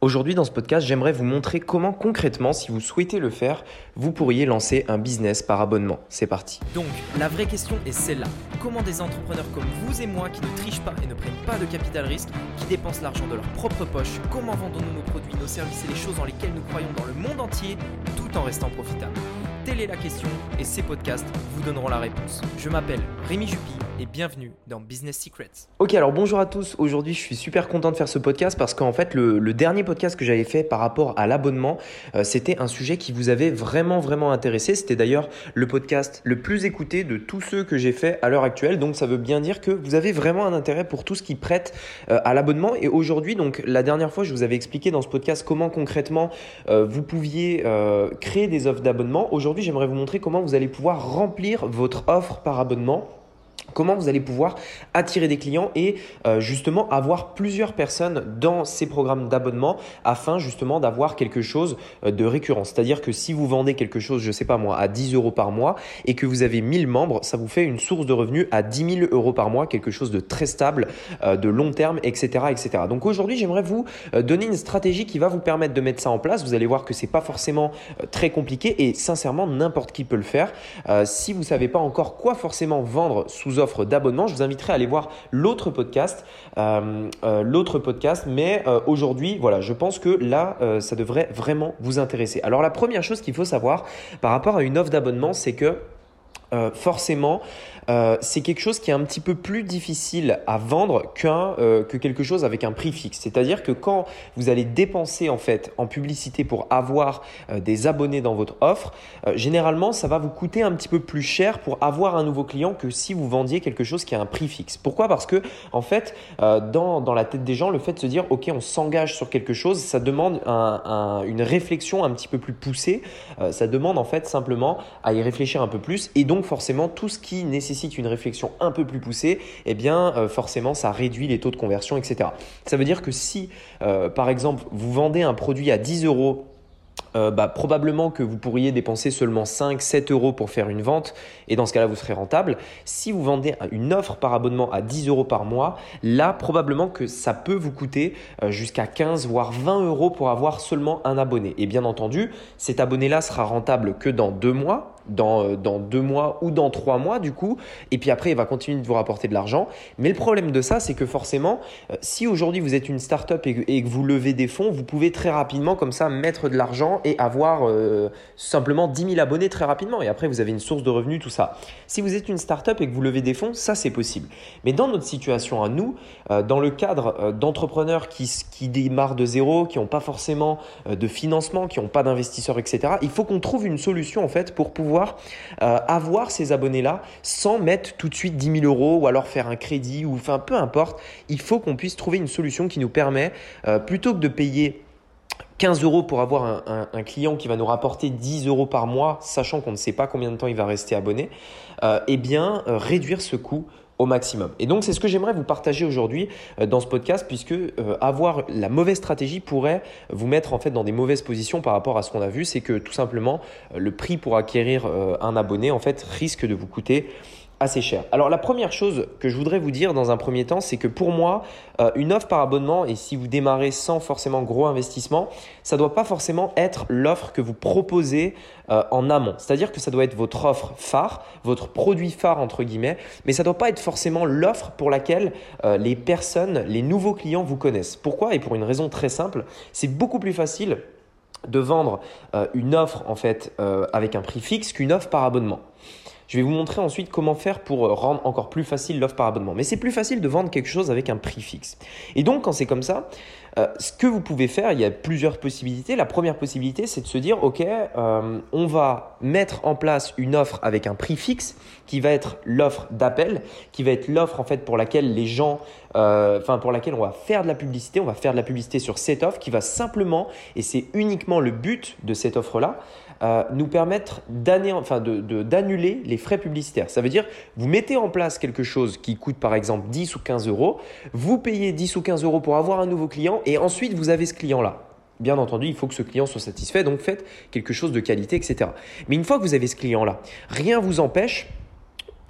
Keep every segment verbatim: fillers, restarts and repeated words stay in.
Aujourd'hui, dans ce podcast, j'aimerais vous montrer comment concrètement, si vous souhaitez le faire, vous pourriez lancer un business par abonnement. C'est parti. Donc, la vraie question est celle-là. Comment des entrepreneurs comme vous et moi qui ne trichent pas et ne prennent pas de capital risque, qui dépensent l'argent de leur propre poche, comment vendons-nous nos produits, nos services et les choses dans lesquelles nous croyons dans le monde entier, tout en restant profitables? Telle est la question et ces podcasts vous donneront la réponse. Je m'appelle Rémi Jupy et bienvenue dans Business Secrets. Ok, alors bonjour à tous. Aujourd'hui, je suis super content de faire ce podcast parce qu'en fait, le, le dernier podcast que j'avais fait par rapport à l'abonnement, euh, c'était un sujet qui vous avait vraiment, vraiment intéressé. C'était d'ailleurs le podcast le plus écouté de tous ceux que j'ai fait à l'heure actuelle. Donc, ça veut bien dire que vous avez vraiment un intérêt pour tout ce qui prête euh, à l'abonnement. Et aujourd'hui, donc la dernière fois, je vous avais expliqué dans ce podcast comment concrètement euh, vous pouviez euh, créer des offres d'abonnement. Aujourd'hui, j'aimerais vous montrer comment vous allez pouvoir remplir votre offre par abonnement. Comment vous allez pouvoir attirer des clients et euh, justement avoir plusieurs personnes dans ces programmes d'abonnement afin justement d'avoir quelque chose de récurrent. C'est-à-dire que si vous vendez quelque chose, je ne sais pas moi, à dix euros par mois et que vous avez mille membres, ça vous fait une source de revenus à dix mille euros par mois, quelque chose de très stable, euh, de long terme, et cetera et cetera. Donc aujourd'hui, j'aimerais vous donner une stratégie qui va vous permettre de mettre ça en place. Vous allez voir que ce n'est pas forcément très compliqué et sincèrement, n'importe qui peut le faire. Euh, si vous ne savez pas encore quoi forcément vendre sous offre d'abonnement, je vous inviterai à aller voir l'autre podcast, euh, euh, l'autre podcast. Mais euh, aujourd'hui, voilà, je pense que là, euh, ça devrait vraiment vous intéresser. Alors, la première chose qu'il faut savoir par rapport à une offre d'abonnement, c'est que Euh, forcément, euh, c'est quelque chose qui est un petit peu plus difficile à vendre qu'un, euh, que quelque chose avec un prix fixe. C'est-à-dire que quand vous allez dépenser en fait en publicité pour avoir euh, des abonnés dans votre offre, euh, généralement, ça va vous coûter un petit peu plus cher pour avoir un nouveau client que si vous vendiez quelque chose qui a un prix fixe. Pourquoi ? Parce que en fait, euh, dans, dans la tête des gens, le fait de se dire « Ok, on s'engage sur quelque chose », ça demande un, un, une réflexion un petit peu plus poussée. Euh, ça demande en fait simplement à y réfléchir un peu plus et donc forcément, tout ce qui nécessite une réflexion un peu plus poussée, eh bien, euh, forcément, ça réduit les taux de conversion, et cetera. Ça veut dire que si, euh, par exemple, vous vendez un produit à dix euros, Euh, bah, probablement que vous pourriez dépenser seulement cinq, sept euros pour faire une vente et dans ce cas-là, vous serez rentable. Si vous vendez une offre par abonnement à dix euros par mois, là, probablement que ça peut vous coûter euh, jusqu'à quinze voire vingt euros pour avoir seulement un abonné. Et bien entendu, cet abonné-là sera rentable que dans deux mois, dans, euh, dans deux mois ou dans trois mois du coup. Et puis après, il va continuer de vous rapporter de l'argent. Mais le problème de ça, c'est que forcément, euh, si aujourd'hui vous êtes une startup et, et que vous levez des fonds, vous pouvez très rapidement comme ça mettre de l'argent et avoir euh, simplement dix mille abonnés très rapidement. Et après, vous avez une source de revenus, tout ça. Si vous êtes une startup et que vous levez des fonds, ça, c'est possible. Mais dans notre situation à nous, euh, dans le cadre euh, d'entrepreneurs qui, qui démarrent de zéro, qui n'ont pas forcément euh, de financement, qui n'ont pas d'investisseurs, et cetera, il faut qu'on trouve une solution en fait pour pouvoir euh, avoir ces abonnés-là sans mettre tout de suite dix mille euros ou alors faire un crédit ou enfin peu importe. Il faut qu'on puisse trouver une solution qui nous permet, euh, plutôt que de payer quinze euros pour avoir un, un, un client qui va nous rapporter dix euros par mois, sachant qu'on ne sait pas combien de temps il va rester abonné, euh, eh bien, euh, réduire ce coût au maximum. Et donc, c'est ce que j'aimerais vous partager aujourd'hui euh, dans ce podcast puisque euh, avoir la mauvaise stratégie pourrait vous mettre en fait dans des mauvaises positions par rapport à ce qu'on a vu. C'est que tout simplement, euh, le prix pour acquérir euh, un abonné en fait risque de vous coûter assez cher. Alors la première chose que je voudrais vous dire dans un premier temps, c'est que pour moi, euh, une offre par abonnement, et si vous démarrez sans forcément gros investissement, ça ne doit pas forcément être l'offre que vous proposez euh, en amont. C'est-à-dire que ça doit être votre offre phare, votre produit phare entre guillemets, mais ça ne doit pas être forcément l'offre pour laquelle euh, les personnes, les nouveaux clients vous connaissent. Pourquoi ? Et pour une raison très simple, c'est beaucoup plus facile de vendre euh, une offre en fait euh, avec un prix fixe qu'une offre par abonnement. Je vais vous montrer ensuite comment faire pour rendre encore plus facile l'offre par abonnement. Mais c'est plus facile de vendre quelque chose avec un prix fixe. Et donc, quand c'est comme ça, euh, ce que vous pouvez faire, il y a plusieurs possibilités. La première possibilité, c'est de se dire, OK, euh, on va mettre en place une offre avec un prix fixe qui va être l'offre d'appel, qui va être l'offre en fait pour laquelle les gens, euh, enfin pour laquelle on va faire de la publicité. On va faire de la publicité sur cette offre qui va simplement, et c'est uniquement le but de cette offre-là, Euh, nous permettre d'annuler enfin de, de, d'annuler les frais publicitaires. Ça veut dire vous mettez en place quelque chose qui coûte par exemple dix ou quinze euros, vous payez dix ou quinze euros pour avoir un nouveau client et ensuite vous avez ce client-là. Bien entendu, il faut que ce client soit satisfait, donc faites quelque chose de qualité, et cetera. Mais une fois que vous avez ce client-là, rien ne vous empêche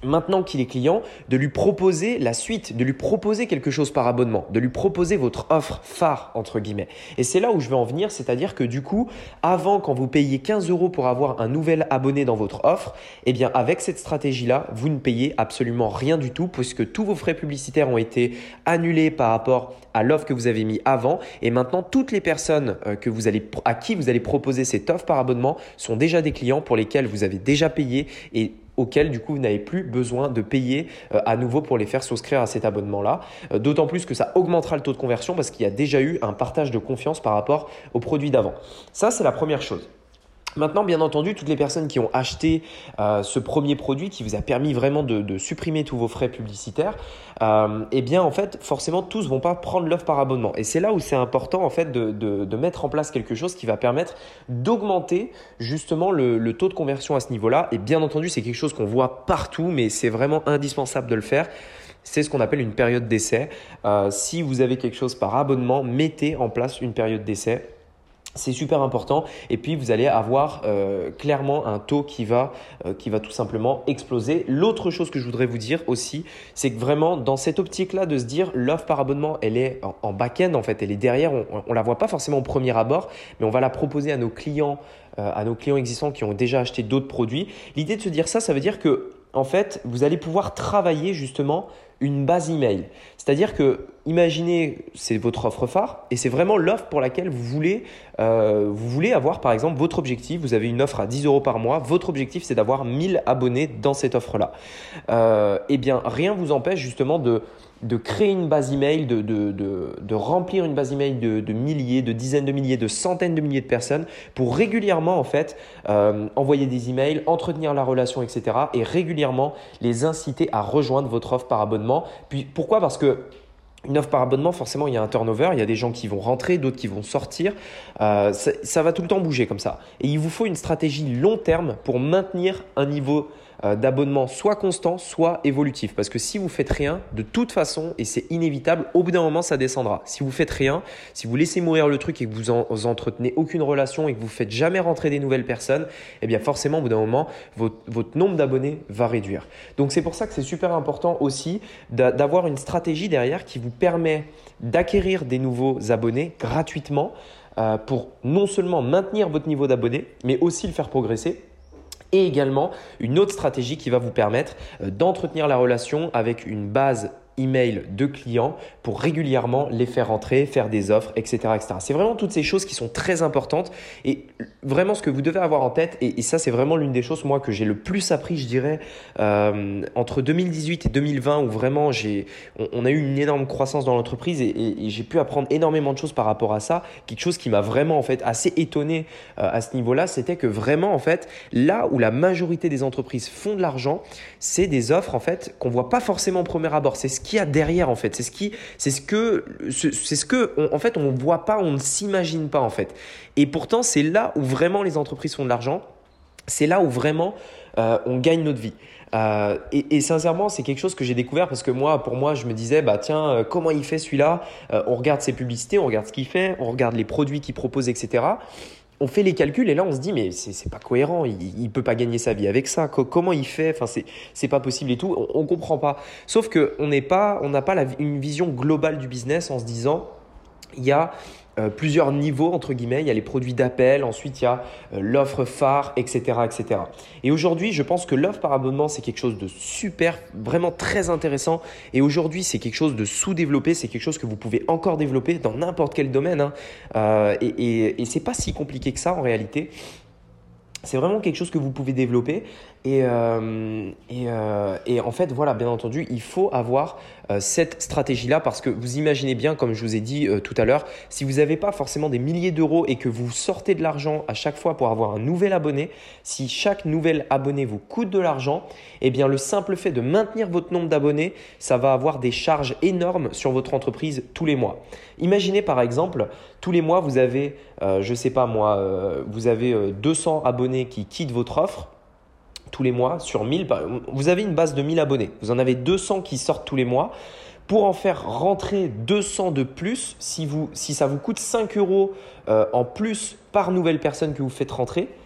maintenant qu'il est client, de lui proposer la suite, de lui proposer quelque chose par abonnement, de lui proposer votre offre phare, entre guillemets. Et c'est là où je veux en venir, c'est-à-dire que du coup, avant, quand vous payiez quinze euros pour avoir un nouvel abonné dans votre offre, eh bien, avec cette stratégie-là, vous ne payez absolument rien du tout puisque tous vos frais publicitaires ont été annulés par rapport à l'offre que vous avez mis avant. Et maintenant, toutes les personnes que vous allez, à qui vous allez proposer cette offre par abonnement sont déjà des clients pour lesquels vous avez déjà payé et auxquels du coup vous n'avez plus besoin de payer euh, à nouveau pour les faire souscrire à cet abonnement-là. Euh, d'autant plus que ça augmentera le taux de conversion parce qu'il y a déjà eu un partage de confiance par rapport aux produits d'avant. Ça, c'est la première chose. Maintenant, bien entendu, toutes les personnes qui ont acheté euh, ce premier produit qui vous a permis vraiment de, de supprimer tous vos frais publicitaires, euh, eh bien en fait, forcément, tous ne vont pas prendre l'offre par abonnement. Et c'est là où c'est important en fait de, de, de mettre en place quelque chose qui va permettre d'augmenter justement le, le taux de conversion à ce niveau-là. Et bien entendu, c'est quelque chose qu'on voit partout, mais c'est vraiment indispensable de le faire. C'est ce qu'on appelle une période d'essai. Euh, si vous avez quelque chose par abonnement, mettez en place une période d'essai. C'est super important et puis vous allez avoir euh, clairement un taux qui va, euh, qui va tout simplement exploser. L'autre chose que je voudrais vous dire aussi, c'est que vraiment dans cette optique-là de se dire l'offre par abonnement, elle est en, en back-end en fait, elle est derrière, on ne la voit pas forcément au premier abord, mais on va la proposer à nos clients, euh, à nos clients existants qui ont déjà acheté d'autres produits. L'idée de se dire ça, ça veut dire que en fait, vous allez pouvoir travailler justement une base email. C'est-à-dire que, imaginez, c'est votre offre phare et c'est vraiment l'offre pour laquelle vous voulez, euh, vous voulez avoir par exemple votre objectif. Vous avez une offre à dix euros par mois. Votre objectif, c'est d'avoir mille abonnés dans cette offre-là. Euh, eh bien, rien ne vous empêche justement de, de créer une base email, de, de, de, de remplir une base email de, de milliers, de dizaines de milliers, de centaines de milliers de personnes pour régulièrement en fait euh, envoyer des emails, entretenir la relation, et cetera et régulièrement les inciter à rejoindre votre offre par abonnement. Puis, pourquoi ? Parce que une offre par abonnement, forcément, il y a un turnover, il y a des gens qui vont rentrer, d'autres qui vont sortir. Euh, ça, ça va tout le temps bouger comme ça. Et il vous faut une stratégie long terme pour maintenir un niveau euh, d'abonnement soit constant, soit évolutif. Parce que si vous faites rien, de toute façon, et c'est inévitable, au bout d'un moment, ça descendra. Si vous faites rien, si vous laissez mourir le truc et que vous, en, vous entretenez aucune relation et que vous faites jamais rentrer des nouvelles personnes, eh bien forcément, au bout d'un moment, votre, votre nombre d'abonnés va réduire. Donc, c'est pour ça que c'est super important aussi d'avoir une stratégie derrière qui vous permet d'acquérir des nouveaux abonnés gratuitement euh, pour non seulement maintenir votre niveau d'abonnés, mais aussi le faire progresser. Et également une autre stratégie qui va vous permettre euh, d'entretenir la relation avec une base email de clients pour régulièrement les faire rentrer, faire des offres, et cetera, et cetera. C'est vraiment toutes ces choses qui sont très importantes et vraiment ce que vous devez avoir en tête, et, et ça c'est vraiment l'une des choses moi que j'ai le plus appris, je dirais, euh, entre deux mille dix-huit et deux mille vingt où vraiment j'ai, on, on a eu une énorme croissance dans l'entreprise et, et, et j'ai pu apprendre énormément de choses par rapport à ça. Quelque chose qui m'a vraiment en fait assez étonné euh, à ce niveau-là, c'était que vraiment en fait là où la majorité des entreprises font de l'argent, c'est des offres en fait qu'on voit pas forcément au premier abord. C'est ce qu'il y a derrière en fait, c'est ce qui, c'est ce que, c'est ce que, on, en fait, on voit pas, on ne s'imagine pas en fait. Et pourtant, c'est là où vraiment les entreprises font de l'argent. C'est là où vraiment euh, on gagne notre vie. Euh, et, et sincèrement, c'est quelque chose que j'ai découvert parce que moi, pour moi, je me disais, bah tiens, euh, comment il fait celui-là ? euh, On regarde ses publicités, on regarde ce qu'il fait, on regarde les produits qu'il propose, et cetera. On fait les calculs et là on se dit mais c'est c'est pas cohérent, il, il peut pas gagner sa vie avec ça. Comment il fait ? Enfin c'est c'est pas possible et tout. On, on comprend pas. Sauf que on n'est pas, on n'a pas la, une vision globale du business en se disant il y a Euh, plusieurs niveaux entre guillemets, il y a les produits d'appel, ensuite il y a euh, l'offre phare, et cetera, et cetera. Et aujourd'hui, je pense que l'offre par abonnement c'est quelque chose de super, vraiment très intéressant. Et aujourd'hui, c'est quelque chose de sous-développé, c'est quelque chose que vous pouvez encore développer dans n'importe quel domaine. Hein. Euh, et et, et c'est pas si compliqué que ça en réalité. C'est vraiment quelque chose que vous pouvez développer et, euh, et, euh, et en fait, voilà, bien entendu, il faut avoir euh, cette stratégie-là parce que vous imaginez bien, comme je vous ai dit euh, tout à l'heure, si vous n'avez pas forcément des milliers d'euros et que vous sortez de l'argent à chaque fois pour avoir un nouvel abonné, si chaque nouvel abonné vous coûte de l'argent, eh bien le simple fait de maintenir votre nombre d'abonnés, ça va avoir des charges énormes sur votre entreprise tous les mois. Imaginez par exemple, tous les mois, vous avez, euh, je ne sais pas moi, euh, vous avez euh, deux cents abonnés qui quittent votre offre tous les mois sur mille. Vous avez une base de mille abonnés. Vous en avez deux cents qui sortent tous les mois. Pour en faire rentrer deux cents de plus, si, vous, si ça vous coûte cinq euros euh, en plus par nouvelle personne que vous faites rentrer,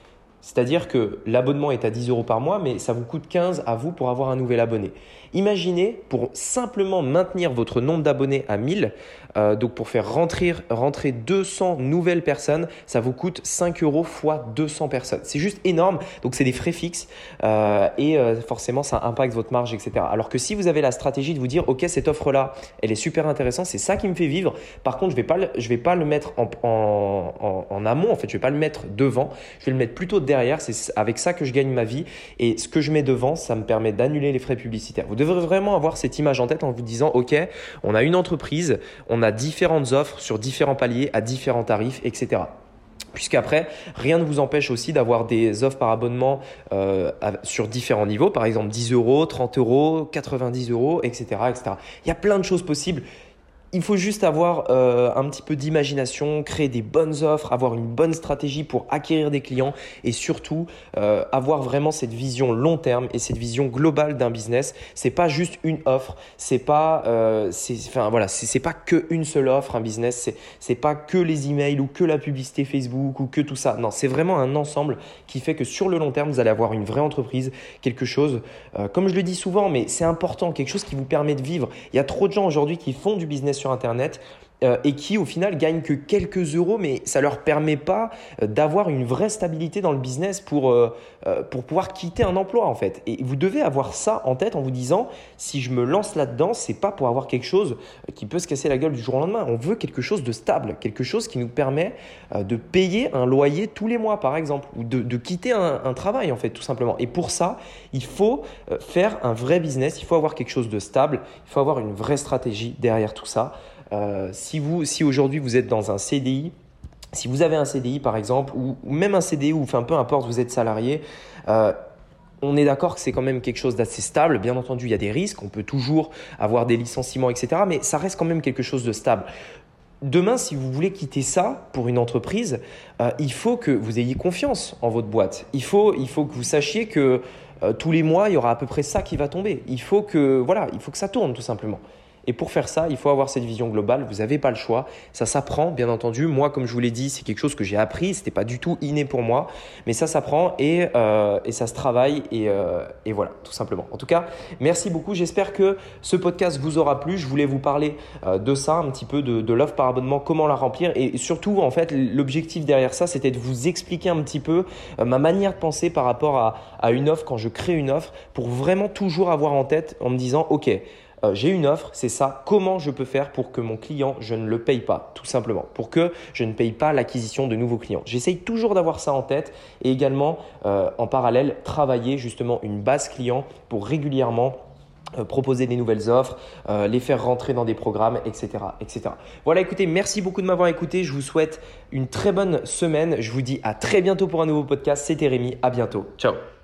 C'est-à-dire que l'abonnement est à dix euros par mois, mais ça vous coûte quinze à vous pour avoir un nouvel abonné. Imaginez, pour simplement maintenir votre nombre d'abonnés à mille, euh, donc pour faire rentrer, rentrer deux cents nouvelles personnes, ça vous coûte cinq euros fois deux cents personnes. C'est juste énorme, donc c'est des frais fixes euh, et euh, forcément ça impacte votre marge, et cetera. Alors que si vous avez la stratégie de vous dire « Ok, cette offre-là, elle est super intéressante, c'est ça qui me fait vivre. Par contre, je ne vais pas le, je vais pas le mettre en, en, en, en amont, en fait, je ne vais pas le mettre devant, je vais le mettre plutôt derrière. C'est avec ça que je gagne ma vie et ce que je mets devant, ça me permet d'annuler les frais publicitaires. Vous devrez vraiment avoir cette image en tête en vous disant « Ok, on a une entreprise, on a différentes offres sur différents paliers à différents tarifs, et cetera » Puisqu'après, rien ne vous empêche aussi d'avoir des offres par abonnement euh, sur différents niveaux, par exemple dix euros, trente euros, quatre-vingt-dix euros, et cetera, et cetera. Il y a plein de choses possibles. Il faut juste avoir euh, un petit peu d'imagination, créer des bonnes offres, avoir une bonne stratégie pour acquérir des clients et surtout euh, avoir vraiment cette vision long terme et cette vision globale d'un business. C'est pas juste une offre, c'est pas, euh, c'est, enfin voilà, c'est, c'est pas que une seule offre un business, c'est c'est pas que les emails ou que la publicité Facebook ou que tout ça. Non, c'est vraiment un ensemble qui fait que sur le long terme vous allez avoir une vraie entreprise, quelque chose, euh, comme je le dis souvent, mais c'est important, quelque chose qui vous permet de vivre. Il y a trop de gens aujourd'hui qui font du business sur Internet euh, et qui au final gagnent que quelques euros, mais ça ne leur permet pas euh, d'avoir une vraie stabilité dans le business pour, euh, euh, pour pouvoir quitter un emploi en fait. Et vous devez avoir ça en tête en vous disant si je me lance là-dedans, ce n'est pas pour avoir quelque chose qui peut se casser la gueule du jour au lendemain. On veut quelque chose de stable, quelque chose qui nous permet euh, de payer un loyer tous les mois par exemple ou de, de quitter un, un travail en fait tout simplement. Et pour ça, il faut euh, faire un vrai business, il faut avoir quelque chose de stable, il faut avoir une vraie stratégie derrière tout ça. Euh, si vous, si aujourd'hui vous êtes dans un C D I, si vous avez un C D I par exemple, ou, ou même un C D I, ou enfin peu importe, vous êtes salarié, euh, on est d'accord que c'est quand même quelque chose d'assez stable. Bien entendu, il y a des risques, on peut toujours avoir des licenciements, et cetera. Mais ça reste quand même quelque chose de stable. Demain, si vous voulez quitter ça pour une entreprise, euh, il faut que vous ayez confiance en votre boîte. Il faut, il faut que vous sachiez que euh, tous les mois, il y aura à peu près ça qui va tomber. Il faut que, voilà, il faut que ça tourne tout simplement. Et pour faire ça, il faut avoir cette vision globale. Vous n'avez pas le choix. Ça s'apprend, bien entendu. Moi, comme je vous l'ai dit, c'est quelque chose que j'ai appris. Ce n'était pas du tout inné pour moi. Mais ça s'apprend et, euh, et ça se travaille. Et, euh, et voilà, tout simplement. En tout cas, merci beaucoup. J'espère que ce podcast vous aura plu. Je voulais vous parler euh, de ça, un petit peu de, de l'offre par abonnement, comment la remplir. Et surtout, en fait, l'objectif derrière ça, c'était de vous expliquer un petit peu euh, ma manière de penser par rapport à, à une offre quand je crée une offre pour vraiment toujours avoir en tête en me disant « Ok, Euh, j'ai une offre, c'est ça. Comment je peux faire pour que mon client, je ne le paye pas, tout simplement, pour que je ne paye pas l'acquisition de nouveaux clients. J'essaye toujours d'avoir ça en tête et également euh, en parallèle travailler justement une base client pour régulièrement euh, proposer des nouvelles offres, euh, les faire rentrer dans des programmes, et cetera, et cetera. Voilà, écoutez, merci beaucoup de m'avoir écouté. Je vous souhaite une très bonne semaine. Je vous dis à très bientôt pour un nouveau podcast. C'était Rémi. À bientôt. Ciao.